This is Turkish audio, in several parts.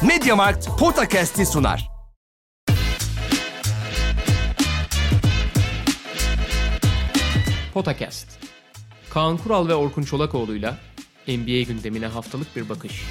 Mediamarkt Podcast'i sunar. Podcast. Kaan Kural ve Orkun Çolakoğlu'yla NBA gündemine haftalık bir bakış.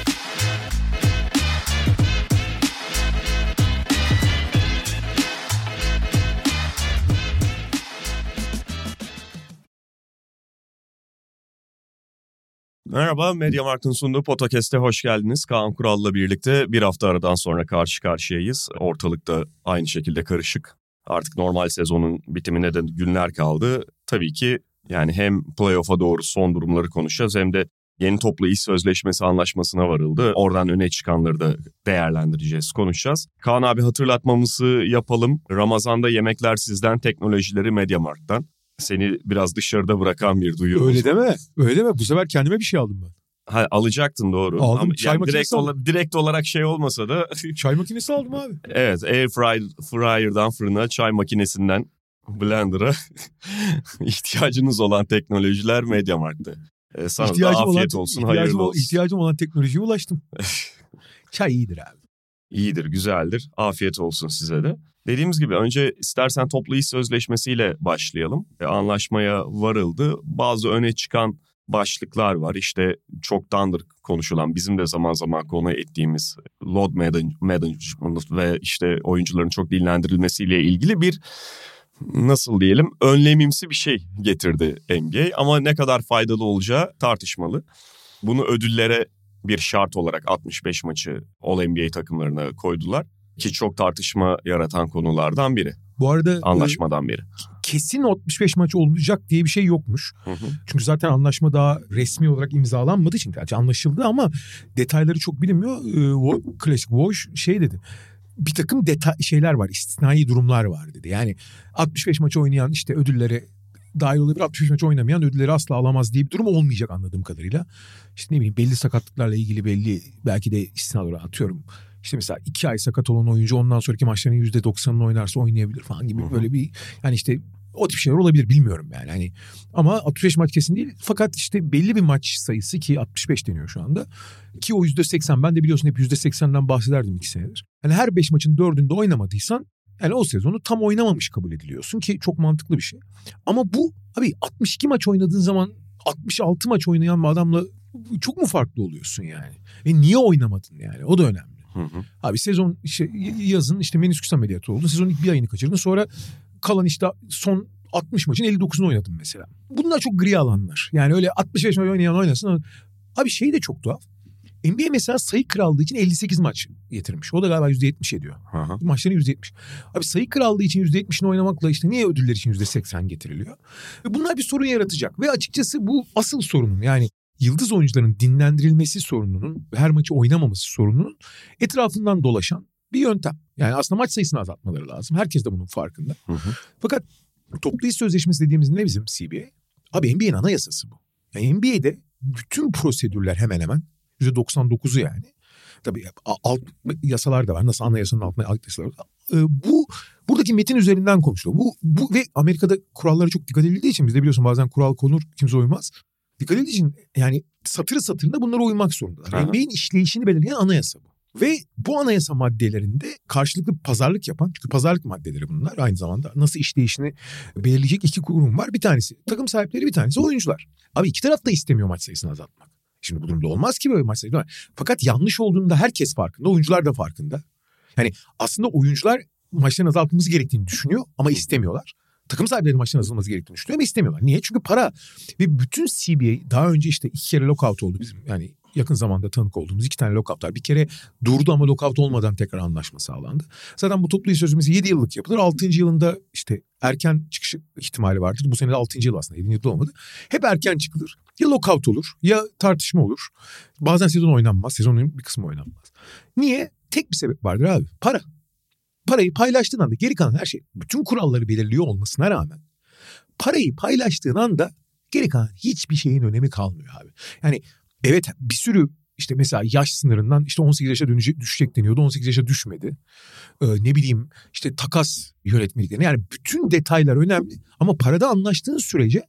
Merhaba, Mediamarkt'ın sunduğu Podcast'e hoş geldiniz. Kaan Kural'la birlikte bir hafta aradan sonra karşı karşıyayız. Ortalıkta aynı şekilde karışık. Artık normal sezonun bitimine de günler kaldı. Tabii ki yani hem playoff'a doğru son durumları konuşacağız hem de yeni toplu iş sözleşmesi anlaşmasına varıldı. Oradan öne çıkanları da değerlendireceğiz, konuşacağız. Kaan abi, hatırlatmamızı yapalım. Ramazan'da yemekler sizden, teknolojileri Mediamarkt'tan. Seni biraz dışarıda bırakan bir duyuyoruz. Öyle deme. Öyle deme. Bu sefer kendime bir şey aldım ben. Ha, alacaktın doğru. Aldım. Ama Çay yani makinesi direkt olarak şey olmasa da. Çay makinesi aldım abi. Evet, fryer'dan fırına, çay makinesinden blender'a ihtiyacınız olan teknolojiler Mediamarkt'ta. Sana da afiyet olsun, hayırlı olsun. İhtiyacım olan teknolojiye ulaştım. Çay iyidir abi. İyidir, güzeldir. Afiyet olsun size de. Dediğimiz gibi önce istersen toplu iş sözleşmesiyle başlayalım. Anlaşmaya varıldı. Bazı öne çıkan başlıklar var. İşte çoktandır konuşulan, bizim de zaman zaman konu ettiğimiz load management ve işte oyuncuların çok dinlendirilmesiyle ilgili bir, nasıl diyelim, önlemimsi bir şey getirdi NBA. Ama ne kadar faydalı olacağı tartışmalı. Bunu ödüllere bir şart olarak 65 maçı All-NBA takımlarına koydular. Ki çok tartışma yaratan konulardan biri. Bu arada anlaşmadan biri. Kesin 65 maç olacak diye bir şey yokmuş. Hı. Çünkü zaten anlaşma daha resmi olarak imzalanmadığı için anlaşıldı ama detayları çok bilinmiyor. Klasik Woj şey dedi. Bir takım şeyler var, istisnai durumlar var dedi. Yani 65 maç oynayan işte ödüllere dahil olabilir, 65 maç oynamayan ödülleri asla alamaz diye bir durum olmayacak anladığım kadarıyla. İşte ne bileyim, belli sakatlıklarla ilgili belli belki de istisnaları atıyorum. İşte mesela 2 ay sakat olan oyuncu ondan sonraki maçların %90'ını oynarsa oynayabilir falan gibi böyle bir, yani işte o tip şeyler olabilir, bilmiyorum yani. Hani ama 65 maç kesin değil, fakat işte belli bir maç sayısı, ki 65 deniyor şu anda. Ki o %80, ben de biliyorsun hep %80'den bahsederdim 2 senedir. Yani her 5 maçın 4'ünde oynamadıysan yani o sezonu tam oynamamış kabul ediliyorsun, ki çok mantıklı bir şey. Ama bu abi 62 maç oynadığın zaman 66 maç oynayan bir adamla çok mu farklı oluyorsun yani? Ve niye oynamadın yani? O da önemli. Abi sezon işte yazın işte menisküs ameliyatı oldu. Sezonun ilk bir ayını kaçırdın. Sonra kalan işte son 60 maçın 59'unu oynadın mesela. Bunlar çok gri alanlar. Yani öyle 65 maç oynayan oynasın. Abi şey de çok tuhaf. NBA mesela sayı krallığı için 58 maç getirmiş. O da galiba %70 ediyor. Maçların %70. Abi sayı krallığı için %70'ini oynamakla işte niye ödüller için %80 getiriliyor? Bunlar bir sorun yaratacak. Ve açıkçası bu asıl sorunun, yani yıldız oyuncuların dinlendirilmesi sorununun, her maçı oynamaması sorununun etrafından dolaşan bir yöntem. Yani aslında maç sayısını azaltmaları lazım. Herkes de bunun farkında. Fakat toplu iş sözleşmesi dediğimiz ne bizim CBA? Abi NBA'nin anayasası bu. Yani NBA'de bütün prosedürler hemen hemen %99'u yani. Tabii alt yasalar da var. Nasıl anayasanın altında alt yasalar var. Buradaki metin üzerinden konuşuluyor. Bu ve Amerika'da kurallara çok dikkat edildiği için, bizde biliyorsun bazen kural konur, kimse uymaz. Dikkat edildiği için yani satırı satırında bunlara uymak zorundalar. NBA'nin işleyişini belirleyen anayasa bu. Ve bu anayasa maddelerinde karşılıklı pazarlık yapan, çünkü pazarlık maddeleri bunlar, aynı zamanda nasıl işleyişini belirleyecek 2 kurum var. Bir tanesi takım sahipleri, bir tanesi oyuncular. Abi iki taraf da istemiyor maç sayısını azaltmak. Şimdi bu durumda olmaz ki böyle maç sayısı. Fakat yanlış olduğunda herkes farkında, oyuncular da farkında. Yani aslında oyuncular maçların azaltılması gerektiğini düşünüyor ama istemiyorlar. Takım sahipleri maçların azaltılması gerektiğini düşünüyor ama istemiyorlar. Niye? Çünkü para. Ve bütün CBA daha önce işte 2 kere lockout oldu bizim. Yani yakın zamanda tanık olduğumuz 2 tane lockoutlar. Bir kere durdu ama lockout olmadan tekrar anlaşma sağlandı. Zaten bu toplu iş sözleşmesi 7 yıllık yapılır. 6. yılında işte erken çıkış ihtimali vardır. Bu sene de 6. yıl aslında, 7. yılda olmadı. Hep erken çıkılır. Ya lockout olur ya tartışma olur. Bazen sezon oynanmaz. Sezonun bir kısmı oynanmaz. Niye? Tek bir sebep vardır abi. Para. Parayı paylaştığın anda geri kalan her şey, bütün kuralları belirliyor olmasına rağmen parayı paylaştığın anda geri kalan hiçbir şeyin önemi kalmıyor abi. Yani evet, bir sürü işte mesela yaş sınırından işte 18 yaşa düşecek deniyordu. 18 yaşa düşmedi. Ne bileyim işte takas yönetmelikleri. Yani bütün detaylar önemli ama parada anlaştığın sürece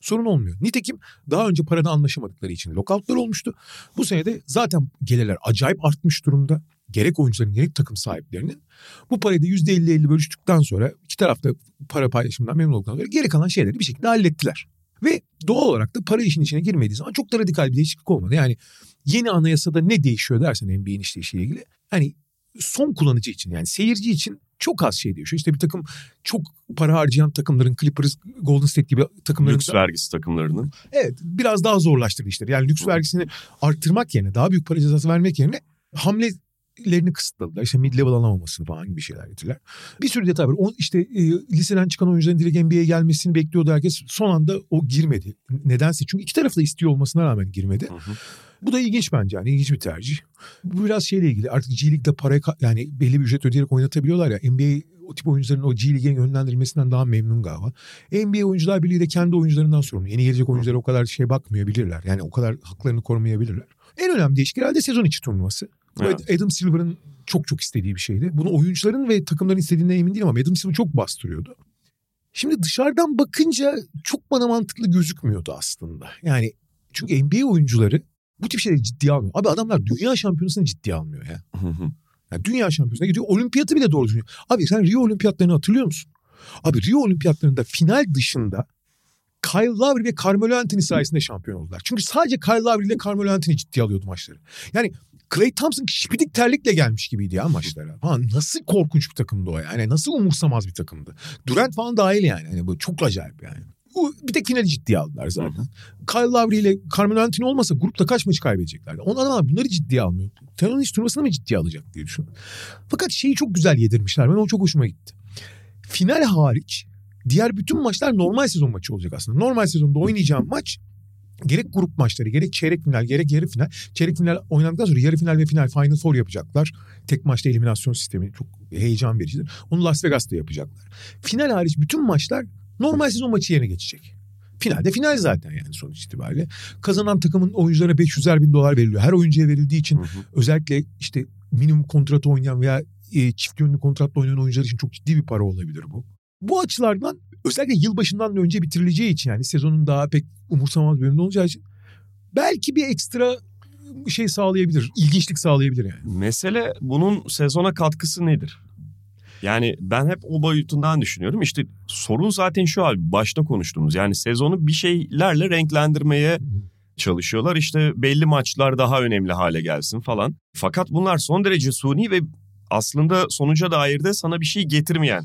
Sorun olmuyor. Nitekim daha önce parada anlaşamadıkları için lockoutlar olmuştu. Bu sene de zaten gelirler acayip artmış durumda. Gerek oyuncuların gerek takım sahiplerinin. Bu parayı da %50-50 bölüştükten sonra iki tarafta para paylaşımından memnun olduktan sonra geri kalan şeyleri bir şekilde hallettiler. Ve doğal olarak da para işin içine girmediği zaman çok da radikal bir değişiklik olmadı. Yani yeni anayasada ne değişiyor dersen NBA'nin işleyişiyle ilgili. Hani son kullanıcı için yani seyirci için çok az şey değişiyor. İşte bir takım çok para harcayan takımların Clippers, Golden State gibi takımların... Lüks vergisi takımlarının. Evet, biraz daha zorlaştırdı işleri. Yani lüks vergisini arttırmak yerine, daha büyük para cezası vermek yerine hamlelerini kısıtladılar. İşte mid-level alamamasını falan gibi şeyler getirdiler. Bir sürü detay var. Liseden çıkan oyuncuların direkt NBA'ye gelmesini bekliyordu herkes. Son anda o girmedi. Nedense çünkü iki tarafı da istiyor olmasına rağmen girmedi. Bu da ilginç bence, yani ilginç bir tercih. Bu biraz şeyle ilgili, artık G League'de parayı yani belli bir ücret ödeyerek oynatabiliyorlar ya. NBA o tip oyuncuların o G League'e yönlendirilmesinden daha memnun galiba. NBA Oyuncular Birliği de kendi oyuncularından sorumlu. Yeni gelecek oyunculara o kadar şey bakmayabilirler. Yani o kadar haklarını korumayabilirler. En önemli değişiklik herhalde sezon içi turnuvası. Evet. Adam Silver'ın çok istediği bir şeydi. Bunu oyuncuların ve takımların istediğinden emin değilim ama Adam Silver çok bastırıyordu. Şimdi dışarıdan bakınca çok bana mantıklı gözükmüyordu aslında. Yani çünkü NBA oyuncuları bu tip şeyleri ciddiye almıyor. Abi adamlar dünya şampiyonasını ciddiye almıyor ya. Yani dünya şampiyonasına gidiyor. Olimpiyatı bile doğru düşünüyor. Abi sen Rio olimpiyatlarını hatırlıyor musun? Abi Rio olimpiyatlarında final dışında Kyle Lowry ve Carmelo Anthony sayesinde şampiyon oldular. Çünkü sadece Kyle Lowry ile Carmelo Anthony ciddiye alıyordu maçları. Yani Klay Thompson şipidik terlikle gelmiş gibiydi ya maçlara. Nasıl korkunç bir takımdı o yani. Nasıl umursamaz bir takımdı. Durant falan dahil yani. Hani bu çok acayip yani. Bir tek finali ciddiye aldılar zaten. Kyle Lowry ile Carmelo Anthony olmasa grupta kaç maçı kaybedeceklerdi. Onlar bunları ciddiye almıyor. Telonic turnuvasını mı ciddiye alacak diye düşünüyorum. Fakat şeyi çok güzel yedirmişler. Ben o çok hoşuma gitti. Final hariç diğer bütün maçlar normal sezon maçı olacak aslında. Normal sezonda oynayacağım maç gerek grup maçları, gerek çeyrek final, gerek yarı final. Çeyrek final oynadıktan sonra yarı final ve final Final Four yapacaklar. Tek maçta eliminasyon sistemi çok heyecan vericidir. Onu Las Vegas'ta yapacaklar. Final hariç bütün maçlar normal sezon maçı yerine geçecek. Finalde final zaten yani sonuç itibariyle. Kazanan takımın oyunculara $500,000 veriliyor. Her oyuncuya verildiği için özellikle işte minimum kontratı oynayan veya çift yönlü kontratla oynayan oyuncular için çok ciddi bir para olabilir bu. Bu açılardan özellikle yılbaşından önce bitirileceği için yani sezonun daha pek umursamaz bölümünde olacağı için belki bir ekstra şey sağlayabilir. İlginçlik sağlayabilir yani. Mesele bunun sezona katkısı nedir? Yani ben hep o boyutundan düşünüyorum. İşte sorun zaten şu abi başta konuştuğumuz. Yani sezonu bir şeylerle renklendirmeye çalışıyorlar. İşte belli maçlar daha önemli hale gelsin falan. Fakat bunlar son derece suni ve aslında sonuca dair de sana bir şey getirmeyen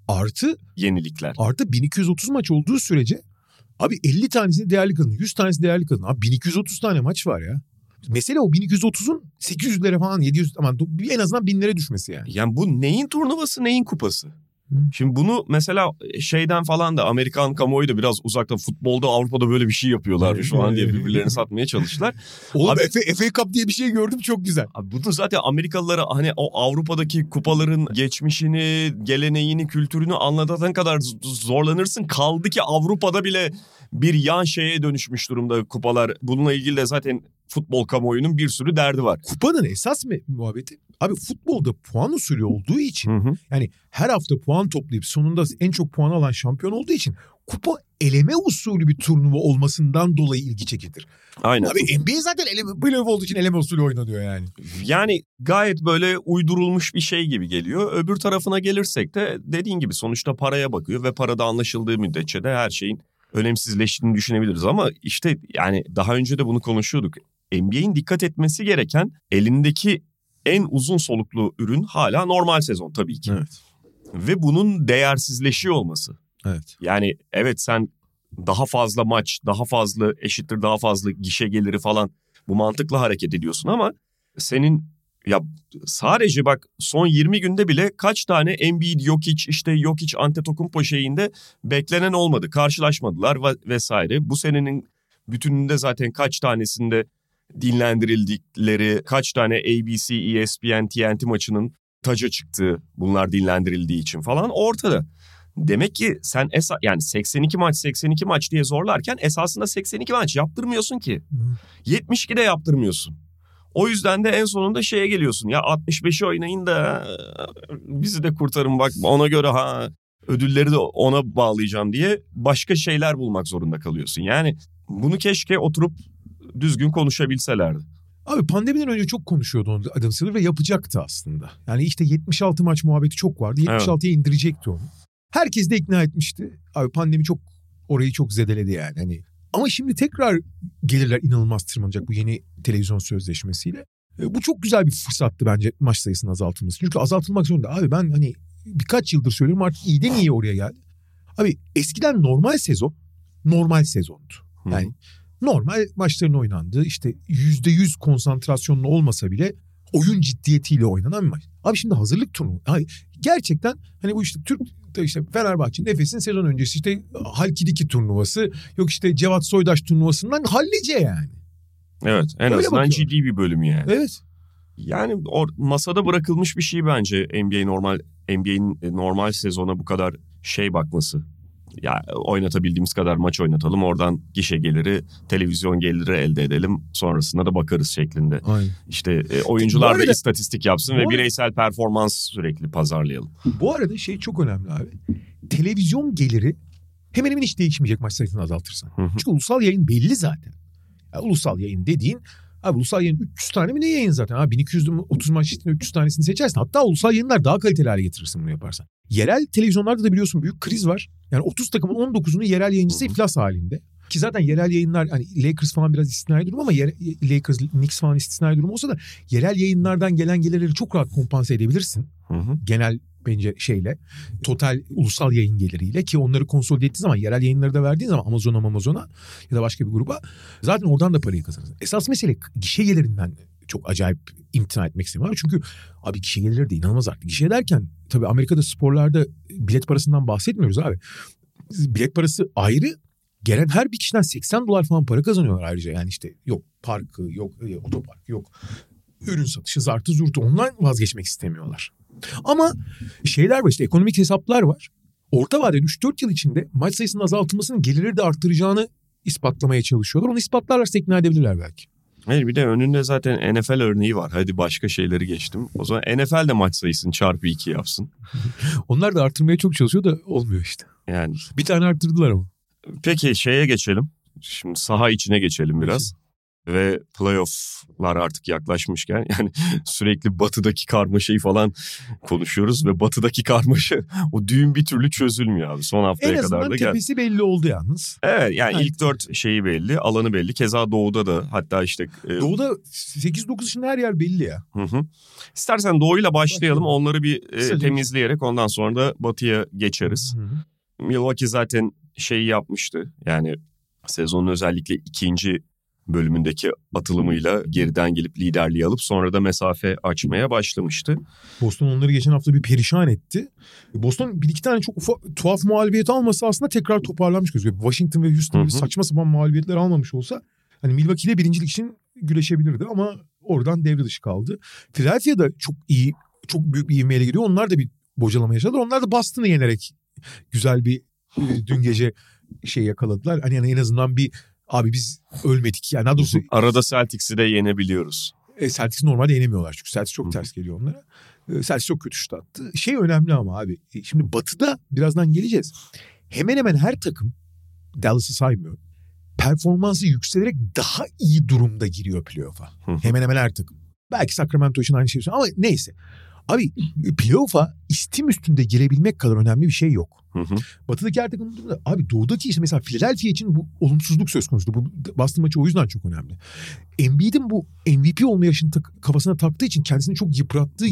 yenilikler. Artı 1230 maç olduğu sürece abi 50 tanesi değerli kadın, 100 tanesi değerli kadın. Abi 1230 tane maç var ya. Mesele o 1230'un 800'lere falan 700 aman en azından 1000'lere düşmesi yani. Yani bu neyin turnuvası neyin kupası? Şimdi bunu mesela şeyden falan da Amerikan kamuoyu da biraz uzaktan futbolda Avrupa'da böyle bir şey yapıyorlarmış falan diye birbirlerini satmaya çalıştılar. Oğlum abi, FA Cup diye bir şey gördüm çok güzel. Abi bunu zaten Amerikalılara hani o Avrupa'daki kupaların geçmişini, geleneğini, kültürünü anlatana kadar zorlanırsın. Kaldı ki Avrupa'da bile bir yan şeye dönüşmüş durumda kupalar. Bununla ilgili de zaten futbol kamuoyunun bir sürü derdi var. Kupanın esas muhabbeti abi futbolda puan usulü olduğu için yani her hafta puan toplayıp sonunda en çok puan alan şampiyon olduğu için kupa eleme usulü bir turnuva olmasından dolayı ilgi çekilir. Aynen. Abi NBA zaten playoff olduğu için eleme usulü oynanıyor yani. Yani gayet böyle uydurulmuş bir şey gibi geliyor. Öbür tarafına gelirsek de dediğin gibi sonuçta paraya bakıyor ve parada anlaşıldığı müddetçe de her şeyin önemsizleştiğini düşünebiliriz. Ama işte yani daha önce de bunu konuşuyorduk. NBA'in dikkat etmesi gereken elindeki en uzun soluklu ürün hala normal sezon tabii ki. Evet. Ve bunun değersizleşiyor olması. Evet. Yani evet sen daha fazla maç, daha fazla eşittir daha fazla gişe geliri falan bu mantıkla hareket ediyorsun ama senin ya sadece bak son 20 günde bile kaç tane Embiid, Jokic, Antetokounmpo şeyinde beklenen olmadı. Karşılaşmadılar vesaire. Bu senenin bütününde zaten kaç tanesinde dinlendirildikleri, kaç tane ABC, ESPN, TNT maçının taca çıktığı bunlar dinlendirildiği için falan ortada. Demek ki sen yani 82 maç diye zorlarken esasında 82 maç yaptırmıyorsun ki. 72 de yaptırmıyorsun. O yüzden de en sonunda şeye geliyorsun ya 65'i oynayın da bizi de kurtarın bak ona göre ödülleri de ona bağlayacağım diye başka şeyler bulmak zorunda kalıyorsun. Yani bunu keşke oturup düzgün konuşabilselerdi. Abi pandemiden önce çok konuşuyordu onu Adam Silver ve yapacaktı aslında. Yani işte 76 maç muhabbeti çok vardı. 76'ya indirecekti onu. Herkes de ikna etmişti. Abi pandemi orayı çok zedeledi yani. Hani ama şimdi tekrar gelirler inanılmaz tırmanacak bu yeni televizyon sözleşmesiyle. Bu çok güzel bir fırsattı bence maç sayısının azaltılması. Çünkü azaltılmak zorunda. Abi ben hani birkaç yıldır söylüyorum artık iyiden iyiye oraya geldi. Abi eskiden normal sezondu. Yani normal maçların oynandığı işte %100 konsantrasyonlu olmasa bile oyun ciddiyetiyle oynanan bir maç. Abi şimdi hazırlık turnuvu. Abi gerçekten hani bu işte Fenerbahçe'nin Efes'in sezon öncesi işte Halkidiki turnuvası yok işte Cevat Soydaş turnuvasından hallice yani. Evet en öyle azından bakıyorum. ciddi bir bölümü yani. Evet. Yani masada bırakılmış bir şey bence NBA'in normal sezona bu kadar bakması. Ya oynatabildiğimiz kadar maç oynatalım. Oradan gişe geliri, televizyon geliri elde edelim. Sonrasında da bakarız şeklinde. Aynen. İşte oyuncular da arada, istatistik yapsın ve bireysel performans sürekli pazarlayalım. Bu arada çok önemli abi. Televizyon geliri hemen hemen hiç değişmeyecek maç sayısını azaltırsan. Çünkü ulusal yayın belli zaten. Yani ulusal yayın dediğin abi ulusal yayın 300 tane mi ne yayın zaten? Abi 1230 maç için 300 tanesini seçersin. Hatta ulusal yayınlar daha kaliteli hale getirirsin bunu yaparsan. Yerel televizyonlarda da biliyorsun büyük kriz var. Yani 30 takımın 19'unu yerel yayıncısı iflas halinde. Ki zaten yerel yayınlar hani Lakers falan biraz istisnai durum ama Lakers, Knicks falan istisnai durum olsa da yerel yayınlardan gelen gelirleri çok rahat kompanse edebilirsin. Genel bence total ulusal yayın geliriyle ki onları konsolide ettiğin zaman yerel yayınları da verdiğin zaman Amazon'a ya da başka bir gruba zaten oradan da parayı kazanırsın. Esas mesele gişe gelirinden çok acayip imtina etmek istemiyorum. Çünkü abi gişe gelirleri de inanılmaz arttı. Gişe derken tabii Amerika'da sporlarda bilet parasından bahsetmiyoruz abi. Bilet parası ayrı. Gelen her bir kişiden $80 falan para kazanıyorlar ayrıca. Yani işte yok parkı, yok otopark, yok ürün satışı, zartı zurtu. Ondan vazgeçmek istemiyorlar. Ama var işte ekonomik hesaplar var. Orta vadede 3-4 yıl içinde maç sayısının azaltılmasının gelirleri de arttıracağını ispatlamaya çalışıyorlar. Onu ispatlarlarsa ikna edebilirler belki. Hayır bir de önünde zaten NFL örneği var. Hadi başka şeyleri geçtim. O zaman NFL de maç sayısını çarpı 2 yapsın. Onlar da arttırmaya çok çalışıyor da olmuyor işte. Yani. Bir tane arttırdılar ama. Peki geçelim. Şimdi saha içine geçelim biraz. Ve playoff'lar artık yaklaşmışken yani sürekli batıdaki karmaşayı falan konuşuyoruz ve batıdaki karmaşa o düğüm bir türlü çözülmüyor abi. Son haftaya kadar da En azından tepesi belli oldu yalnız. Evet yani ilk 4 belli, alanı belli. Keza doğuda da hatta işte... Doğuda 8-9 için her yer belli ya. İstersen doğuyla başlayalım. Onları bir temizleyerek ondan sonra da batıya geçeriz. Milwaukee zaten yapmıştı. Yani sezonun özellikle ikinci bölümündeki atılımıyla geriden gelip liderliği alıp sonra da mesafe açmaya başlamıştı. Boston onları geçen hafta bir perişan etti. Boston bir iki tane çok tuhaf mağlubiyet alması aslında tekrar toparlanmış gözüküyor. Washington ve Houston saçma sapan mağlubiyetler almamış olsa hani Milwaukee ile birincilik için güreşebilirdi ama oradan devre dışı kaldı. Philadelphia'da çok iyi, çok büyük bir ivmeyle gidiyor. Onlar da bir bocalama yaşadılar. Onlar da Boston'ı yenerek güzel bir dün gece yakaladılar. Hani en azından bir abi biz ölmedik. Yani daha doğrusu arada Celtics'i de yenebiliyoruz. Celtics'i normalde yenemiyorlar çünkü Celtics çok ters geliyor onlara. Celtics çok kötü şut attı. Önemli ama abi. Şimdi Batı'da birazdan geleceğiz. Hemen hemen her takım Dallas'ı saymıyorum. Performansı yükselerek daha iyi durumda giriyor playoff'a. Hemen hemen her takım. Belki Sacramento için aynı şey ama neyse. Abi playoff'a istim üstünde girebilmek kadar önemli bir şey yok. Batı'daki her takımın da abi doğudaki mesela Philadelphia için bu olumsuzluk söz konusu. Bu Boston maçı o yüzden çok önemli. Embiid'in bu MVP olma yaşını kafasına taktığı için kendisini çok yıprattığı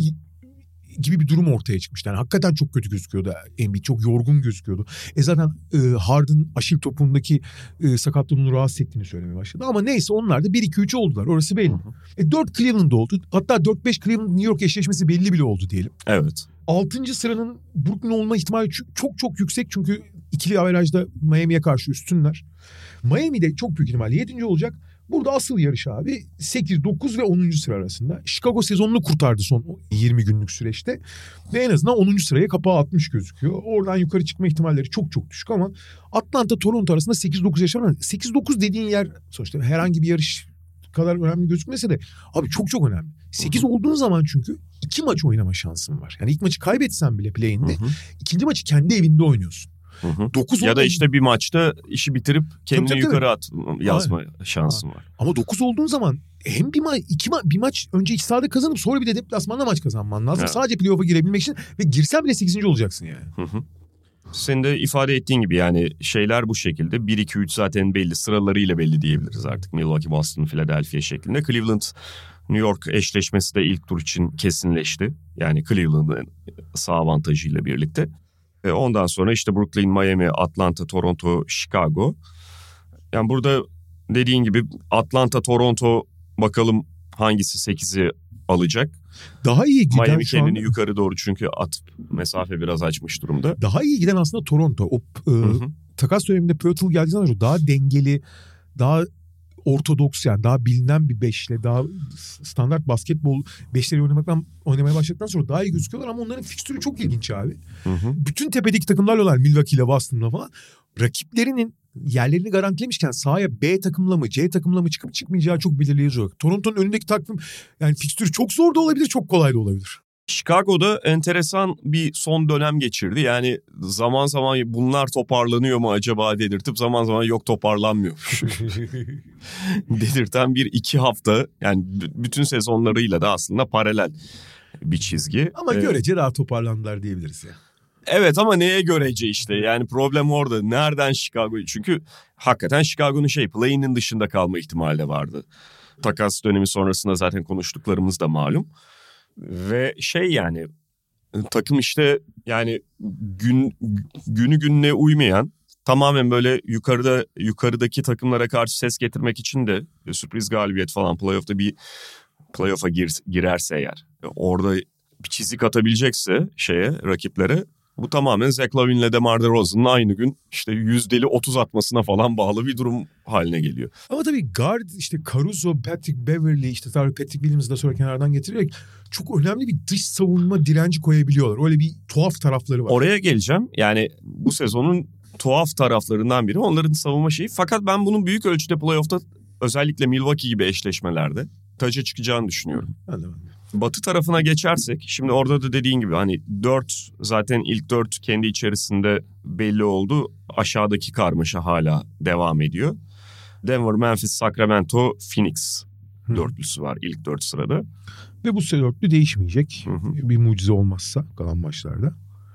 gibi bir durum ortaya çıkmıştı. Yani hakikaten çok kötü gözüküyordu Embiid. Çok yorgun gözüküyordu. Zaten Harden Aşil topuğundaki sakatlığını rahatsız ettiğini söylemeye başladı. Ama neyse onlar da 1-2-3 oldular. Orası belli. 4 Cleveland oldu. Hatta 4-5 Cleveland New York eşleşmesi belli bile oldu diyelim. Evet. 6. sıranın Brooklyn olma ihtimali çok çok yüksek. Çünkü ikili averajda Miami'ye karşı üstünler. Miami de çok büyük ihtimalle 7. olacak. Burada asıl yarış abi 8, 9 ve 10. sıra arasında. Chicago sezonunu kurtardı son 20 günlük süreçte. Ve en azından 10. sıraya kapağı atmış gözüküyor. Oradan yukarı çıkma ihtimalleri çok çok düşük ama Atlanta, Toronto arasında 8-9 yaşanan. 8-9 dediğin yer sonuçta herhangi bir yarış kadar önemli gözükmese de abi çok çok önemli. 8 olduğun zaman çünkü 2 maç oynama şansın var. Yani ilk maçı kaybetsen bile play-in'de ikinci maçı kendi evinde oynuyorsun. 9 ya da işte bir maçta işi bitirip kendini tabii. yukarı yazma şansın var. Ama 9 olduğun zaman hem bir maç önce iç sahada kazanıp sonra bir de deplasmanda maç kazanman lazım. Evet. Sadece playoff'a girebilmek için ve girsen bile 8. olacaksın yani. Senin de ifade ettiğin gibi yani şeyler bu şekilde. 1-2-3 zaten belli, sıralarıyla belli diyebiliriz artık. Milwaukee, Boston, Philadelphia şeklinde. Cleveland, New York eşleşmesi de ilk tur için kesinleşti. Yani Cleveland'ın sağ avantajıyla birlikte. Ondan sonra işte Brooklyn, Miami, Atlanta, Toronto, Chicago. Yani burada dediğin gibi Atlanta, Toronto bakalım hangisi 8'i alacak. Daha iyi giden Miami şu an, kendini yukarı doğru çünkü mesafe biraz açmış durumda. daha iyi giden aslında Toronto. O takas döneminde Pirtle geldikten sonra daha dengeli, daha ortodoks yani daha bilinen bir beşle, daha standart basketbol beşleri oynamaya başladıktan sonra daha iyi gözüküyorlar ama onların fikstürü çok ilginç abi. Bütün tepedeki takımlarla olan Milwaukee ile Boston'la falan rakiplerinin yerlerini garantilemişken sahaya B takımla mı C takımla mı çıkıp çıkmayacağı çok belirleyici olarak. Toronto'nun önündeki takım yani fikstürü çok zor da olabilir, çok kolay da olabilir. Chicago'da enteresan bir son dönem geçirdi. Yani zaman zaman bunlar toparlanıyor mu acaba dedirtip zaman zaman yok toparlanmıyor. Dedirten 1-2 hafta yani bütün sezonlarıyla da aslında paralel bir çizgi. Ama görece daha toparlandılar diyebiliriz ya. Evet ama neye görece işte yani problem orada. Nereden Chicago? Çünkü hakikaten Chicago'nun play-in'in dışında kalma ihtimali de vardı. Takas dönemi sonrasında zaten konuştuklarımız da malum. Ve yani takım işte yani günü gününe uymayan tamamen böyle yukarıdaki takımlara karşı ses getirmek için de sürpriz galibiyet falan playoff'a girerse eğer orada bir çizik atabilecekse rakiplere bu tamamen Zach LaVine'le DeMar DeRozan'ın aynı gün işte %30 atmasına falan bağlı bir durum haline geliyor. Ama tabii guard işte Caruso, Patrick Beverley işte tabii Patrick Williams'ı da sonra kenardan getirerek çok önemli bir dış savunma direnci koyabiliyorlar. Öyle bir tuhaf tarafları var. Oraya geleceğim. Yani bu sezonun tuhaf taraflarından biri onların savunma şeyi. Fakat ben bunun büyük ölçüde playoff'ta özellikle Milwaukee gibi eşleşmelerde taca çıkacağını düşünüyorum. Anladım. Batı tarafına geçersek şimdi orada da dediğin gibi hani 4 zaten ilk 4 kendi içerisinde belli oldu. Aşağıdaki karmaşa hala devam ediyor. Denver, Memphis, Sacramento, Phoenix dörtlüsü var ilk 4 sırada. Ve bu dörtlü değişmeyecek. Bir mucize olmazsa kalan maçlarda.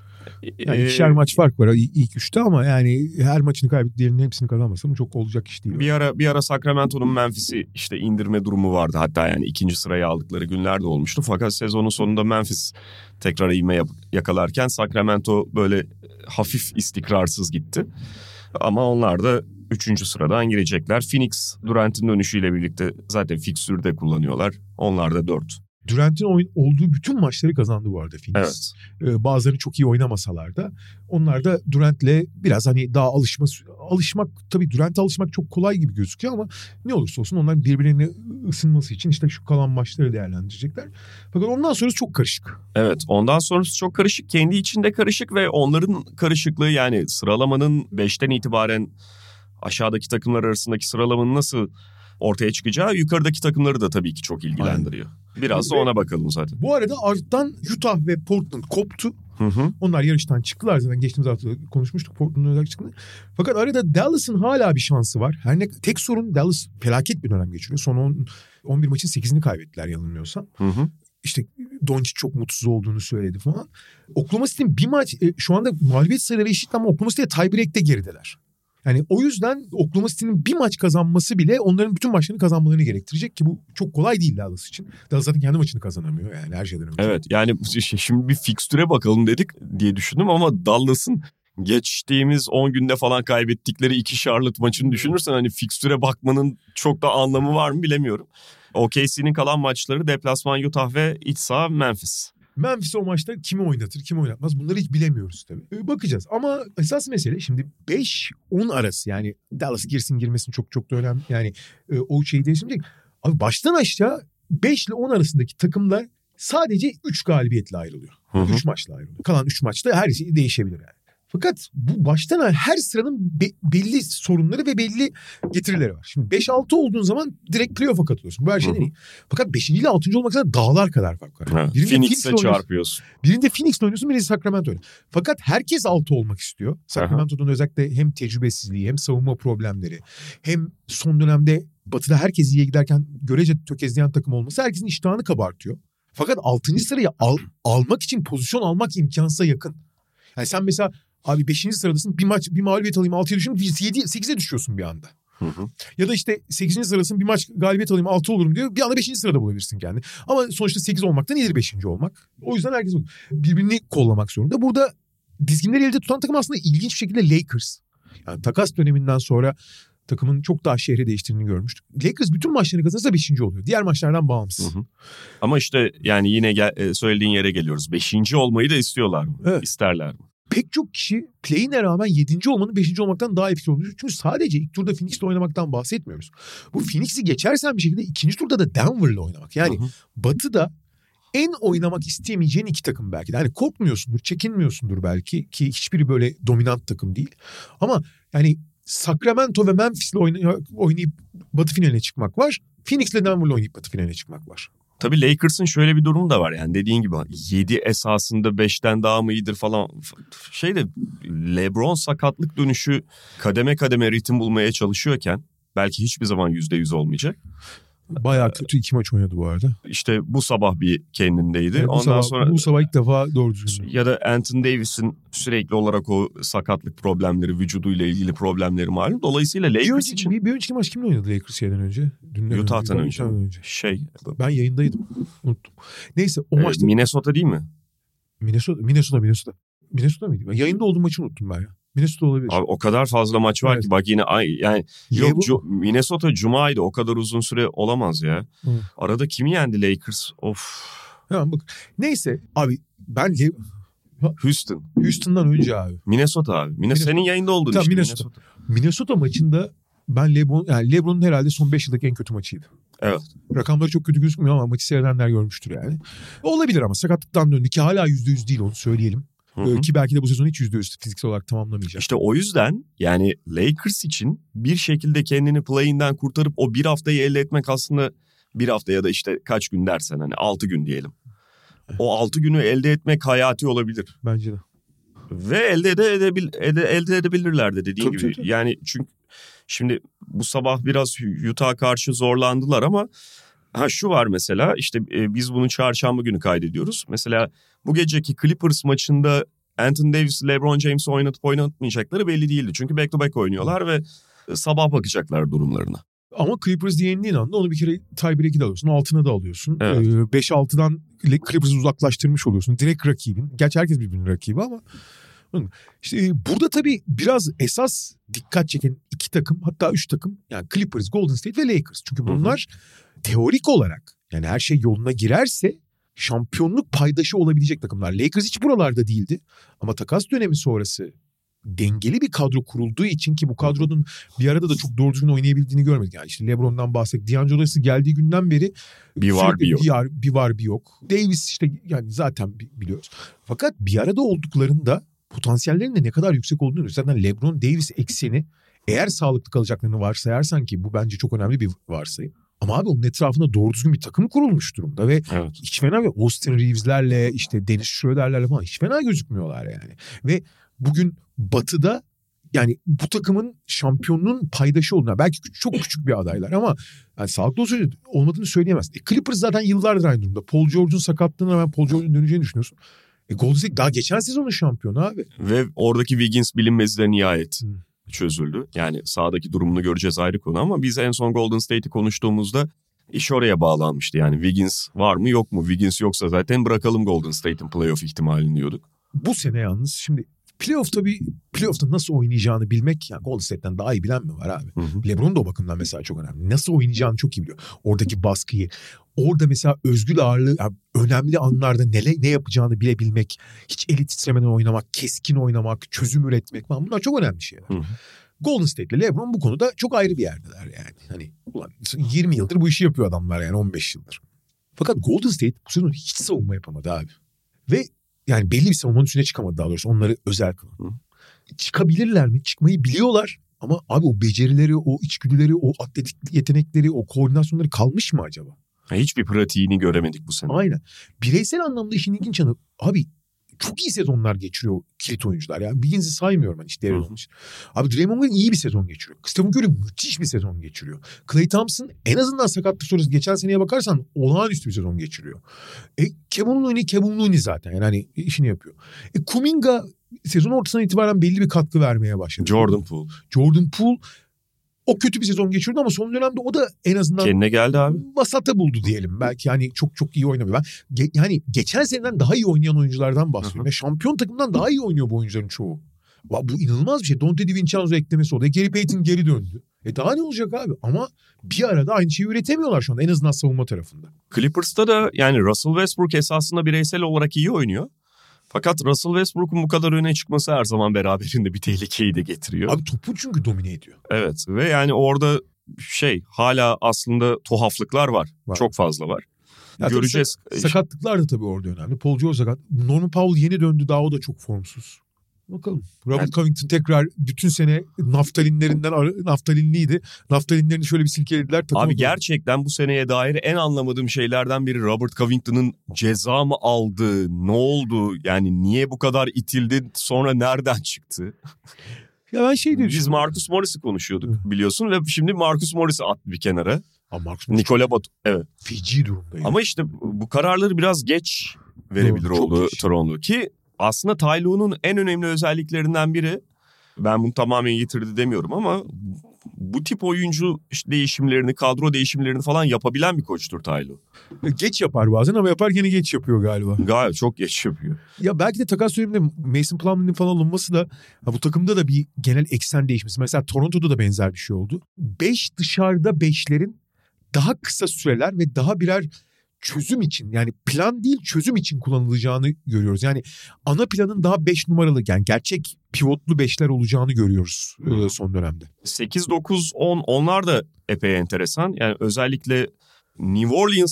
Yani ikişer maç fark var ilk 3'te ama yani her maçını kaybedip diğerinin hepsini kazanmasam çok olacak iş değil. Bir ara Sacramento'nun Memphis'i işte indirme durumu vardı. Hatta yani ikinci sırayı aldıkları günler de olmuştu. Fakat sezonun sonunda Memphis tekrar ivme yakalarken Sacramento böyle hafif istikrarsız gitti. Ama onlar da 3. sıradan girecekler. Phoenix Durant'in dönüşüyle birlikte zaten fikstürü de kullanıyorlar. Onlar da 4. Durant'in olduğu bütün maçları kazandı bu arada Phoenix. Evet. Bazıları çok iyi oynamasalar da onlar da Durant'le biraz hani daha alışmak tabii Durant'e alışmak çok kolay gibi gözüküyor ama ne olursa olsun onlar birbirine ısınması için işte şu kalan maçları değerlendirecekler. Fakat ondan sonrası çok karışık. Evet, ondan sonrası çok karışık. Kendi içinde karışık ve onların karışıklığı yani sıralamanın 5'ten itibaren aşağıdaki takımlar arasındaki sıralamanın nasıl ortaya çıkacağı yukarıdaki takımları da tabii ki çok ilgilendiriyor. Biraz da ona bakalım zaten. Bu arada ardından Utah ve Portland koptu. Onlar yarıştan çıktılar zaten geçtiğimiz hafta konuşmuştuk Portland'ın özellikle çıktığını. Fakat arada Dallas'ın hala bir şansı var. Tek sorun Dallas felaket bir dönem geçiriyor. Son 11 maçın 8'ini kaybettiler yanılmıyorsam. İşte Doncic çok mutsuz olduğunu söyledi falan. Oklahoma City'nin bir maç şu anda mağlubiyet sayıları eşit ama Oklahoma City'ye tiebreak'te gerideler. Yani o yüzden Oklahoma City'nin bir maç kazanması bile onların bütün maçlarını kazanmalarını gerektirecek ki bu çok kolay değil Dallas için. Dallas zaten kendi maçını kazanamıyor yani her şeyden önce. Evet yani şimdi bir fikstüre bakalım dedik diye düşündüm ama Dallas'ın geçtiğimiz 10 günde falan kaybettikleri 2 Charlotte maçını düşünürsen hani fikstüre bakmanın çok da anlamı var mı bilemiyorum. OKC'nin kalan maçları deplasman Utah ve iç saha Memphis. Memphis o maçta kimi oynatır, kimi oynatmaz bunları hiç bilemiyoruz tabii. Bakacağız ama esas mesele şimdi 5-10 arası yani Dallas girsin girmesin çok da önemli. Yani o şeyi değiştirmeyecek. Abi baştan aşağı 5 ile 10 arasındaki takımlar sadece 3 galibiyetle ayrılıyor. 3 maçla ayrılıyor. Kalan 3 maçta her şey değişebilir yani. Fakat bu baştan her sıranın belli sorunları ve belli getirileri var. Şimdi 5-6 olduğun zaman direkt playoff'a katılıyorsun. Bu her şeyden iyi. Fakat 5. ile 6. olmak üzere dağlar kadar fark var. Phoenix'e çarpıyorsun. Birinde Phoenix'le oynuyorsun, birinde Sacramento'yla. Fakat herkes 6 olmak istiyor. Sacramento'nun özellikle hem tecrübesizliği hem savunma problemleri hem son dönemde Batı'da herkes iyiye giderken görece tökezleyen takım olması herkesin iştahını kabartıyor. Fakat 6. sırayı almak için pozisyon almak imkansıza yakın. Yani sen mesela abi 5. sıradasın, bir mağlubiyet alayım 6'ya düşüyorum, 8'e düşüyorsun bir anda. Ya da işte 8. sıradasın, bir maç galibiyet alayım 6 olurum diyor. Bir anda 5. sırada bulabilirsin kendini. Ama sonuçta 8 olmaktan iyidir 5. olmak. O yüzden herkes birbirini kollamak zorunda. Burada dizginleri elde tutan takım aslında ilginç bir şekilde Lakers. Yani takas döneminden sonra takımın çok daha şehre değiştiğini görmüştük. Lakers bütün maçlarını kazanırsa 5. oluyor. Diğer maçlardan bağımsız. Ama işte yani yine söylediğin yere geliyoruz. 5. olmayı da istiyorlar mı? Evet. İsterler mi? Pek çok kişi play'ine rağmen 7. olmanın 5. olmaktan daha etkili olduğunu. Çünkü sadece ilk turda Phoenix'le oynamaktan bahsetmiyoruz. Bu Phoenix'i geçersen bir şekilde ikinci turda da Denver'la oynamak. Yani Batı'da en oynamak istemeyeceğin iki takım belki de. Yani korkmuyorsundur, çekinmiyorsundur belki ki hiçbiri böyle dominant takım değil. Ama yani Sacramento ve Memphis'le oynayıp Batı finaline çıkmak var. Phoenix'le Denver'la oynayıp Batı finaline çıkmak var. Tabii Lakers'ın şöyle bir durumu da var yani dediğin gibi 7 esasında 5'ten daha mı iyidir falan. LeBron sakatlık dönüşü kademe kademe ritim bulmaya çalışıyorken belki hiçbir zaman %100 olmayacak. Bayağı kötü 2 maç oynadı bu arada. İşte bu sabah bir kendindeydi. Evet, bu sabah ilk defa doğru düzgün. Ya da Anthony Davis'in sürekli olarak o sakatlık problemleri, vücuduyla ilgili problemleri malum. Dolayısıyla Lakers için... Bir önceki maç kimle oynadı Lakers şeyden önce? Utah'tan önce. Ben yayındaydım. Unuttum. Neyse o maçta... Minnesota değil mi? Minnesota mıydı? Ben yayında olduğum maçı unuttum ben ya. Minnesota olabilir. Abi o kadar fazla maç var ki bak yine yani Minnesota Cuma'ydı, o kadar uzun süre olamaz ya. Arada kimi yendi Lakers? Of. Hemen bak. Neyse abi ben Houston'dan önce abi. Minnesota abi. Senin yayında olduğun tamam, işte Minnesota maçında ben LeBron'un herhalde son 5 yıldaki en kötü maçıydı. Evet. Rakamları çok kötü gözükmüyor ama maçı seyredenler görmüştür yani. Olabilir ama sakatlıktan döndü ki hala %100 değil, onu söyleyelim. Ki belki de bu sezon hiç %100 fiziksel olarak tamamlamayacak. İşte o yüzden yani Lakers için bir şekilde kendini play-in'den kurtarıp o bir haftayı elde etmek aslında bir hafta ya da işte kaç gün dersen hani 6 gün diyelim. O 6 günü elde etmek hayati olabilir. Bence de. Ve elde edebilirler de dediğin gibi. Tabii. Yani çünkü şimdi bu sabah biraz Utah'a karşı zorlandılar ama şu var mesela işte biz bunu çarşamba günü kaydediyoruz. Mesela bu geceki Clippers maçında Anthony Davis, LeBron James'i oynatmayacakları belli değildi. Çünkü back to back oynuyorlar ve sabah bakacaklar durumlarına. Ama Clippers yendiğin anda onu bir kere tiebreak'i de alıyorsun. Altına da alıyorsun. Evet. 5-6'dan Clippers'ı uzaklaştırmış oluyorsun. Direkt rakibin. Gerçi herkes birbirinin rakibi ama. İşte burada tabii biraz esas dikkat çeken iki takım, hatta 3 takım, yani Clippers, Golden State ve Lakers. Çünkü bunlar teorik olarak yani her şey yoluna girerse şampiyonluk paydaşı olabilecek takımlar. Lakers hiç buralarda değildi ama takas dönemi sonrası dengeli bir kadro kurulduğu için ki bu kadronun bir arada da çok doğru düzgün oynayabildiğini görmedik. Yani işte LeBron'dan bahsettik. D'Angelo Russell geldiği günden beri bir var bir yok. Bir var bir yok. Davis işte yani zaten biliyoruz. Fakat bir arada olduklarında potansiyellerin de ne kadar yüksek olduğunu görüyoruz. Zaten LeBron Davis ekseni, eğer sağlıklı kalacaklarını varsayarsan ki bu bence çok önemli bir varsayım. Ama abi onun etrafında doğru düzgün bir takım kurulmuş durumda ve hiç fena değil. Austin Reeves'lerle işte Dennis Schroeder'lerle falan hiç fena gözükmüyorlar yani. Ve bugün Batı'da yani bu takımın şampiyonluğun paydaşı olduğuna, belki çok küçük bir adaylar ama yani sağlıklı olmadığını söyleyemez. Clippers zaten yıllardır aynı durumda. Paul George'un sakatlığına rağmen Paul George'un döneceğini düşünüyorsun. Golden State daha geçen sezonun şampiyonu abi. Ve oradaki Wiggins bilinmezi de nihayet çözüldü. Yani sahadaki durumunu göreceğiz, ayrı konu ama biz en son Golden State'i konuştuğumuzda iş oraya bağlanmıştı. Yani Wiggins var mı yok mu? Wiggins yoksa zaten bırakalım Golden State'in playoff ihtimalini diyorduk. Bu sene yalnız şimdi playoff'ta nasıl oynayacağını bilmek, yani Golden State'ten daha iyi bilen mi var abi? LeBron da o bakımdan mesela çok önemli. Nasıl oynayacağını çok iyi biliyor. Oradaki baskıyı, orada mesela özgür ağırlığı, yani önemli anlarda ne yapacağını bilebilmek, hiç eli titremeden oynamak, keskin oynamak, çözüm üretmek falan, bunlar çok önemli şeyler. Golden State ile LeBron bu konuda çok ayrı bir yerdeler yani. Hani ulan 20 yıldır bu işi yapıyor adamlar, yani 15 yıldır. Fakat Golden State bu sezon hiç savunma yapamadı abi. Ve yani belli bir savunmanın üstüne çıkamadı, daha doğrusu onları özel kılan. çıkabilirler mi? Çıkmayı biliyorlar. Ama abi o becerileri, o içgüdüleri, o atletik yetenekleri, o koordinasyonları kalmış mı acaba? Hiçbir pratiğini göremedik bu sene. Aynen. Bireysel anlamda işin ilginç yanı abi çok iyi sezonlar geçiriyor kilit oyuncular. Yani Biggins'i saymıyorum ben işte olmuş. Abi Draymond Green iyi bir sezon geçiriyor. Stephen Curry müthiş bir sezon geçiriyor. Klay Thompson en azından sakatlık sonrası geçen seneye bakarsan olağanüstü bir sezon geçiriyor. Kevin Looney zaten yani hani işini yapıyor. Kuminga sezon ortasından itibaren belli bir katkı vermeye başladı. Jordan Poole o kötü bir sezon geçirdi ama son dönemde o da en azından kendine geldi abi. Vasata buldu diyelim. Belki hani çok iyi oynamıyor. Ben yani geçen seneden daha iyi oynayan oyunculardan bahsediyorum. Şampiyon takımdan daha iyi oynuyor bu oyuncuların çoğu. Bu inanılmaz bir şey. Dante DiVincenzo eklemesi oldu. Gary Payton geri döndü. Daha ne olacak abi? Ama bir arada aynı şeyi üretemiyorlar şu anda. En azından savunma tarafında. Clippers'ta da yani Russell Westbrook esasında bireysel olarak iyi oynuyor. Fakat Russell Westbrook'un bu kadar öne çıkması her zaman beraberinde bir tehlikeyi de getiriyor. Abi topu çünkü domine ediyor. Evet ve yani orada hala aslında tuhaflıklar var. Çok fazla var. Ya göreceğiz. Sakatlıklar da tabii orada önemli. Paul George sakat. Norman Powell yeni döndü, daha o da çok formsuz. Bakalım. Robert Covington tekrar bütün sene naftalinliydi. Naftalinlerini şöyle bir silkelediler. Abi gerçekten bu seneye dair en anlamadığım şeylerden biri Robert Covington'ın ceza mı aldı? Ne oldu? Yani niye bu kadar itildi? Sonra nereden çıktı? Ya ben Biz Marcus Morris'i konuşuyorduk biliyorsun ve şimdi Marcus Morris'i attı bir kenara. Nikola Batum. Evet. Feci durumdaydı. Ama işte bu kararları biraz geç verebilir oldu Toronto ki aslında Ty Lue'nun en önemli özelliklerinden biri, ben bunu tamamen yitirdi demiyorum ama bu tip oyuncu değişimlerini, kadro değişimlerini falan yapabilen bir koçtur Ty Lue. Geç yapar bazen ama yaparken geç yapıyor galiba. Galiba çok geç yapıyor. Ya belki de takas döneminde Mason Plumlee'nin falan alınması da bu takımda da bir genel eksen değişmesi. Mesela Toronto'da da benzer bir şey oldu. 5 dışarıda 5'lerin daha kısa süreler ve daha birer çözüm için, yani plan değil çözüm için kullanılacağını görüyoruz. Yani ana planın daha 5 numaralı, yani gerçek pivotlu 5'ler olacağını görüyoruz son dönemde. 8-9-10 onlar da epey enteresan. Yani özellikle New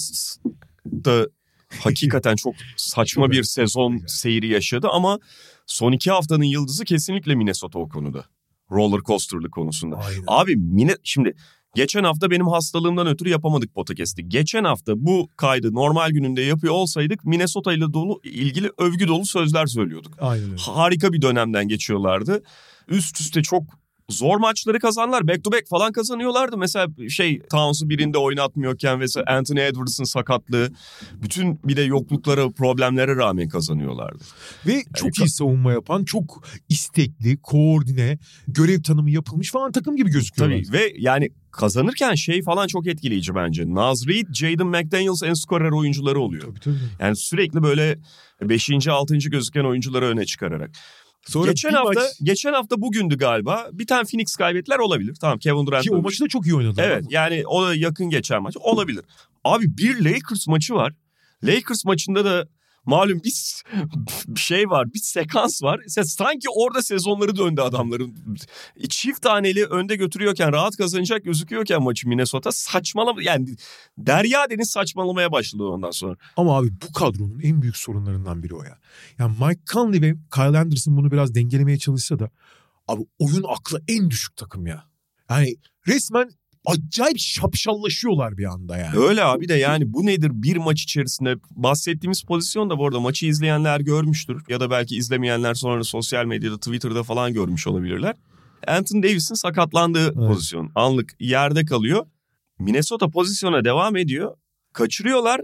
Orleans'da hakikaten çok saçma bir sezon seyri yaşadı ama son 2 haftanın yıldızı kesinlikle Minnesota o konuda. Roller coaster'lı konusunda. Aynen. Abi şimdi geçen hafta benim hastalığımdan ötürü yapamadık podcast'i. Geçen hafta bu kaydı normal gününde yapıyor olsaydık Minnesota ile ilgili övgü dolu sözler söylüyorduk. Aynen öyle. Harika bir dönemden geçiyorlardı. Üst üste çok zor maçları kazanlar. Back to back falan kazanıyorlardı. Mesela Towns'u birinde oynatmıyorken ve Anthony Edwards'ın sakatlığı, bütün bir de yokluklara, problemlere rağmen kazanıyorlardı. Ve çok iyi savunma yapan, çok istekli, koordine, görev tanımı yapılmış falan takım gibi gözüküyorlar. Tabii ve yani kazanırken falan çok etkileyici bence. Naz Reid, Jaden McDaniels en skorer oyuncuları oluyor. Tabii. Yani sürekli böyle 5. 6. gözüken oyuncuları öne çıkararak. Sonra geçen hafta bugündü galiba. Bir tane Phoenix kaybettiler, olabilir. Tamam, Kevin Durant. Ki o maçı da çok iyi oynadı. Evet yani o da yakın geçen maç. Olabilir. Abi bir Lakers maçı var. Lakers maçında da malum bir var. Bir sekans var. Sanki orada sezonları döndü adamların. Çift taneli önde götürüyorken, rahat kazanacak gözüküyorken maçı Minnesota saçmalama. Yani derya deniz saçmalamaya başladı ondan sonra. Ama abi bu kadronun en büyük sorunlarından biri o ya. Yani Mike Conley ve Kyle Anderson bunu biraz dengelemeye çalışsa da abi oyun aklı en düşük takım ya. Yani resmen acayip şapşallaşıyorlar bir anda yani. Öyle abi de yani bu nedir bir maç içerisinde bahsettiğimiz pozisyon da bu arada maçı izleyenler görmüştür. Ya da belki izlemeyenler sonra sosyal medyada, Twitter'da falan görmüş olabilirler. Anthony Davis'in sakatlandığı pozisyon. Anlık yerde kalıyor. Minnesota pozisyona devam ediyor. Kaçırıyorlar.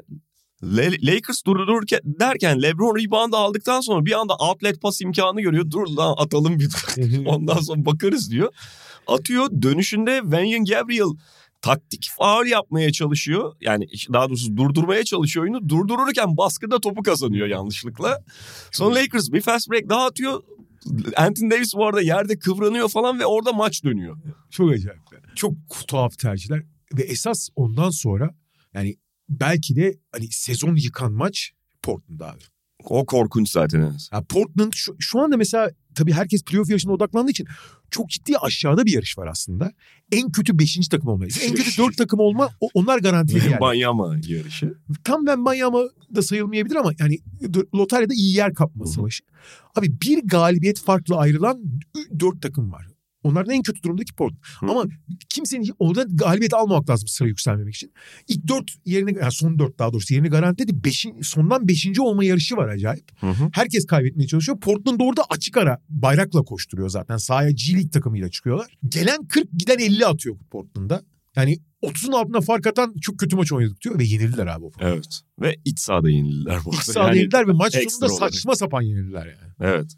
Lakers durdururken derken LeBron rebound aldıktan sonra bir anda outlet pas imkanı görüyor. Dur lan atalım bir ondan sonra bakarız diyor. Atıyor, dönüşünde Wenyen Gabriel taktik faul yapmaya çalışıyor. Yani daha doğrusu durdurmaya çalışıyor oyunu. Durdururken baskıda topu kazanıyor yanlışlıkla. Sonra Lakers bir fast break daha atıyor. Anthony Davis bu arada yerde kıvranıyor falan ve orada maç dönüyor. Çok acayip. Çok tuhaf tercihler. Ve esas ondan sonra yani belki de hani sezon yıkan maç Portland abi. O korkunç zaten. Ya Portland şu anda mesela tabii herkes playoff yarışına odaklandığı için çok ciddi aşağıda bir yarış var aslında. En kötü 5. takım olmayı. En kötü 4 takım olma onlar garantili yani. Wembanyama yarışı. Tam Wembanyama da sayılmayabilir ama yani lotaryada iyi yer kapma savaşı. Abi bir galibiyet farklı ayrılan 4 takım var. Onlardan en kötü durumdaki Portland. Ama kimsenin orada galibiyet almamak lazım sıra yükselmemek için. İlk 4 yerini, yani son 4 daha doğrusu yerini garantiledi. Sondan 5. olma yarışı var acayip. Herkes kaybetmeye çalışıyor. Portland orada açık ara bayrakla koşturuyor zaten. Sahaya G League takımıyla çıkıyorlar. Gelen 40 giden 50 atıyor Portland'da. Yani 30'un altına fark atan çok kötü maç oynadık diyor ve yenildiler abi. Evet. Ve iç sahada yenildiler bu arada. İç sahada yenildiler ve maç sonunda olarak. saçma sapan yenildiler yani. Evet.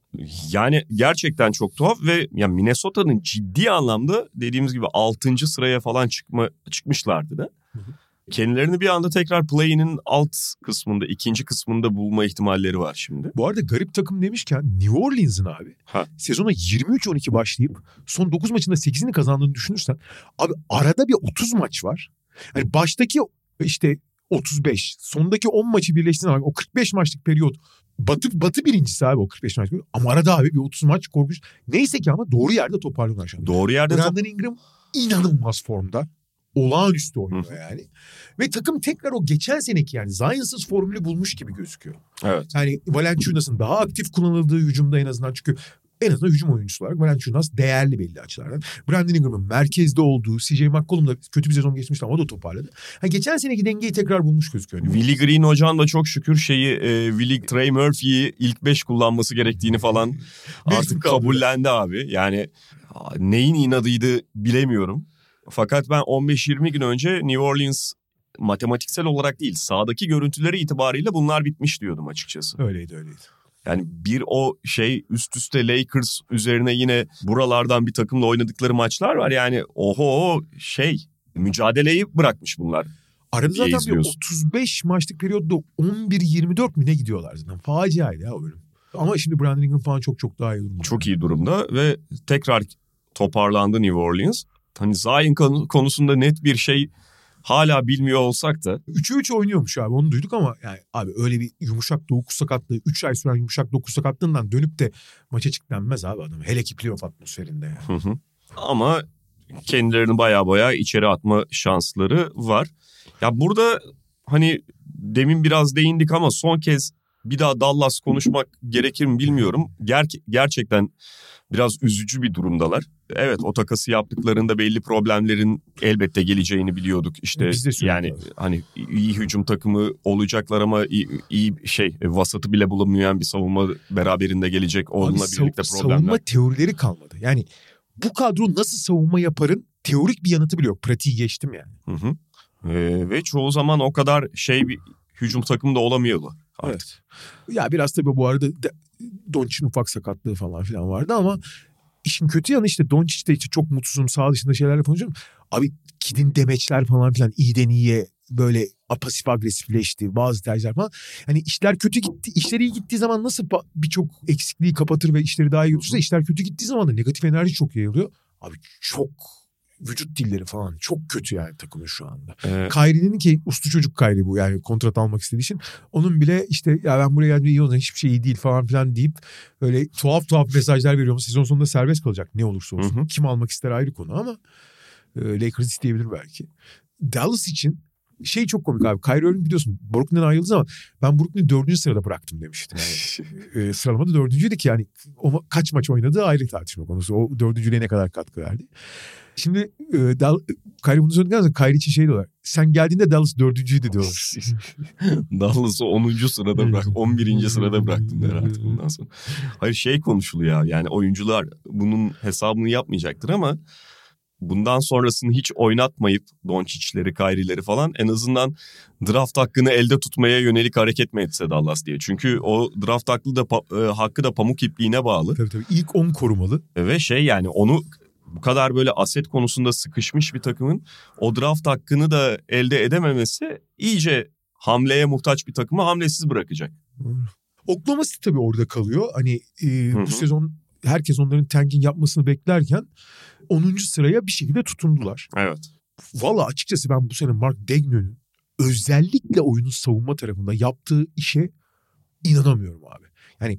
Yani gerçekten çok tuhaf ve ya Minnesota'nın ciddi anlamda dediğimiz gibi 6. sıraya falan çıkmışlardı da. Kendilerini bir anda tekrar play-in'in alt kısmında, 2. kısmında bulma ihtimalleri var şimdi. Bu arada garip takım demişken New Orleans'ın abi sezona 23-12 başlayıp son 9 maçında 8'ini kazandığını düşünürsen abi arada bir 30 maç var. Yani baştaki işte 35, sondaki 10 maçı birleştirdiğinde o 45 maçlık periyot Batı birincisi abi o 45 maç. Ama arada abi bir 30 maç korkunç. Neyse ki ama doğru yerde toparlıyorlar şu an. Doğru yerde Brandon Ingram inanılmaz formda. Olağanüstü oynuyor yani. Ve takım tekrar o geçen seneki yani Zion'sız formülü bulmuş gibi gözüküyor. Evet. Yani Valanciunas'ın daha aktif kullanıldığı hücumda en azından çünkü en azından hücum oyuncusu olarak Valanciunas değerli belli açılardan. Brandon Ingram'ın merkezde olduğu, CJ McCollum da kötü bir sezon geçmişti ama o da toparladı. Geçen seneki dengeyi tekrar bulmuş gözüküyor. Willie Green hocan da çok şükür Trey Murphy'yi ilk 5 kullanması gerektiğini falan artık kabullendi abi. Yani neyin inadıydı bilemiyorum. Fakat ben 15-20 gün önce New Orleans matematiksel olarak değil sahadaki görüntüleri itibariyle bunlar bitmiş diyordum açıkçası. Öyleydi. Yani bir o üst üste Lakers üzerine yine buralardan bir takımla oynadıkları maçlar var. Yani mücadeleyi bırakmış bunlar. Arada zaten bir 35 maçlık periyotta 11-24 mi ne gidiyorlar zaten. Faciaydı ya o bölüm. Ama şimdi Brandon Ingram falan çok daha iyi durumda. Çok iyi durumda ve tekrar toparlandı New Orleans. Hani Zion konusunda net bir şey hala bilmiyor olsak da. 3'e 3 oynuyormuş abi onu duyduk ama yani abi öyle bir yumuşak dokuz sakatlığı 3 ay süren yumuşak dokuz sakatlığından dönüp de maça çık denmez abi adam. Hele ki playoff atmosferinde yani. Ama kendilerini baya içeri atma şansları var. Ya burada hani demin biraz değindik ama son kez bir daha Dallas konuşmak gerekir mi bilmiyorum. Gerçekten biraz üzücü bir durumdalar. Evet o takası yaptıklarında belli problemlerin elbette geleceğini biliyorduk. İşte yani hani iyi hücum takımı olacaklar ama iyi vasatı bile bulunmayan bir savunma beraberinde gelecek. Onunla birlikte problemler. Savunma teorileri kalmadı. Yani bu kadro nasıl savunma yaparın teorik bir yanıtı bile yok. Pratiği geçtim yani. Ve çoğu zaman o kadar bir hücum takımı da olamıyordu artık. Evet. Ya biraz tabii bu arada Doncic'in ufak sakatlığı falan filan vardı ama işin kötü yanı işte Doncic de çok mutsuzum sağ dışında şeylerle konuşuyorum. Abi Kid'in demeçler falan filan iyiden iyiye böyle pasif agresifleşti bazı tercihler falan. Hani işler kötü gitti. İşler iyi gittiği zaman nasıl birçok eksikliği kapatır ve işleri daha iyi götürürse işler kötü gittiği zaman da negatif enerji çok yayılıyor. Abi çok vücut dilleri falan çok kötü yani takımın şu anda. Kyrie'nin ki uslu çocuk Kyrie bu yani kontrat almak istediği için. Onun bile işte ya ben buraya geldiğimde iyi olacak hiçbir şey iyi değil falan filan deyip öyle tuhaf mesajlar veriyor. Sezon sonunda serbest kalacak ne olursa olsun. Kim almak ister ayrı konu ama Lakers isteyebilir belki. Dallas için çok komik abi. Kyrie Irving biliyorsun Brooklyn'den ayrıldı zaman ben Brooklyn'i 4. sırada bıraktım demiştim. Yani, sıralamada 4.'üydü ki yani kaç maç oynadığı ayrı tartışma konusu. O 4.'lüğe ne kadar katkı verdi. Şimdi Kyrie bunu söyledikten sonra Kyrie için diyorlar. Sen geldiğinde Dallas 4.'üydü diyorlar. Dallas'ı 10. sırada bırak, 11. sırada bıraktım der artık bundan sonra. Hayır konuşuluyor yani oyuncular bunun hesabını yapmayacaktır ama bundan sonrasını hiç oynatmayıp Doncic'leri, Kyrie'leri falan en azından draft hakkını elde tutmaya yönelik hareket mi etse Dallas diye. Çünkü o draft hakkı da pamuk ipliğine bağlı. Tabii ilk 10 korumalı. Ve yani onu bu kadar böyle aset konusunda sıkışmış bir takımın o draft hakkını da elde edememesi iyice hamleye muhtaç bir takımı hamlesiz bırakacak. Oklahoma City tabii orada kalıyor. Hani bu sezon herkes onların tanking yapmasını beklerken 10. sıraya bir şekilde tutundular. Evet. Valla açıkçası ben bu sene Mark Daigneau'nun özellikle oyunun savunma tarafında yaptığı işe inanamıyorum abi. Yani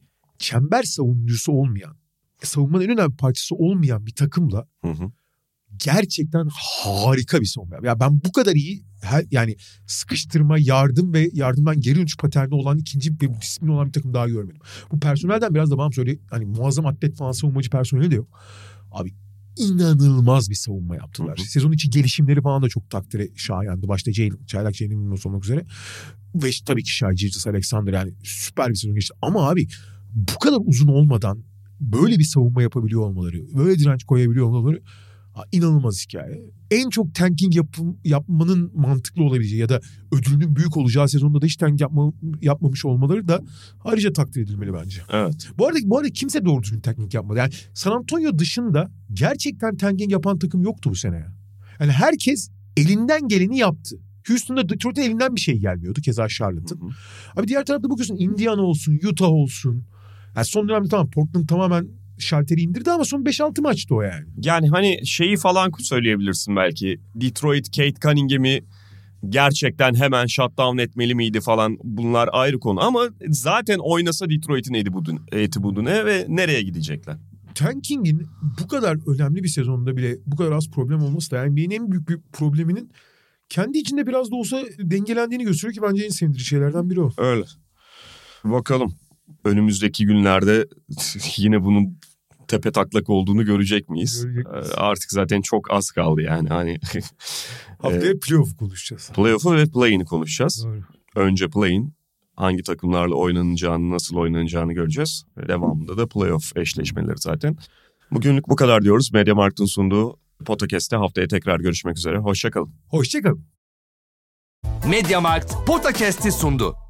çember savunucusu olmayan, savunmanın en önemli parçası olmayan bir takımla gerçekten harika bir savunma. Ya ben bu kadar iyi yani sıkıştırma, yardım ve yardımdan geri dönüş paterni olan ikinci bir disiplin olan bir takım daha görmedim. Bu personelden biraz da bana söyle, hani muazzam atlet falan savunmacı personeli de yok. Abi inanılmaz bir savunma yaptılar. Sezon içi gelişimleri falan da çok takdire şayandı. Başta Çaylak Jalen Williams olmak üzere. Ve tabii ki Shai Gilgeous-Alexander, yani süper bir sezon geçti. Ama abi bu kadar uzun olmadan böyle bir savunma yapabiliyor olmaları, böyle direnç koyabiliyor olmaları inanılmaz hikaye. En çok tanking yapmanın mantıklı olabileceği ya da ödülünün büyük olacağı sezonda da hiç tank yapmamış olmaları da ayrıca takdir edilmeli bence. Evet. Bu arada kimse doğru düzgün tanking yapmadı. Yani San Antonio dışında gerçekten tanking yapan takım yoktu bu sene ya. Yani herkes elinden geleni yaptı. Houston'da, Detroit'e elinden bir şey gelmiyordu. Keza Charlotte'ın. Abi diğer tarafta bakıyorsun, Indiana olsun, Utah olsun. Yani son dönemde tamam Portland tamamen şalteri indirdi ama son 5-6 maçtı o yani. Yani hani şeyi falan söyleyebilirsin belki. Detroit, Cade Cunningham'i gerçekten hemen shutdown etmeli miydi falan, bunlar ayrı konu. Ama zaten oynasa Detroit'in eti budune ve nereye gidecekler? Tanking'in bu kadar önemli bir sezonda bile bu kadar az problem olması da yani en büyük bir probleminin kendi içinde biraz da olsa dengelendiğini gösteriyor ki bence en sevindirici şeylerden biri o. Öyle. Bakalım önümüzdeki günlerde yine bunun tepe taklak olduğunu görecek miyiz? Artık zaten çok az kaldı yani. Hani haftaya playoff konuşacağız. Playoff'u ve play-in'i konuşacağız. Doğru. Önce play-in, hangi takımlarla oynanacağını, nasıl oynanacağını göreceğiz. Devamında da playoff eşleşmeleri zaten. Bugünlük bu kadar diyoruz. MediaMarkt'ın sunduğu podcast'te haftaya tekrar görüşmek üzere. Hoşça kalın. Hoşça kalın. MediaMarkt Podcast'i sundu.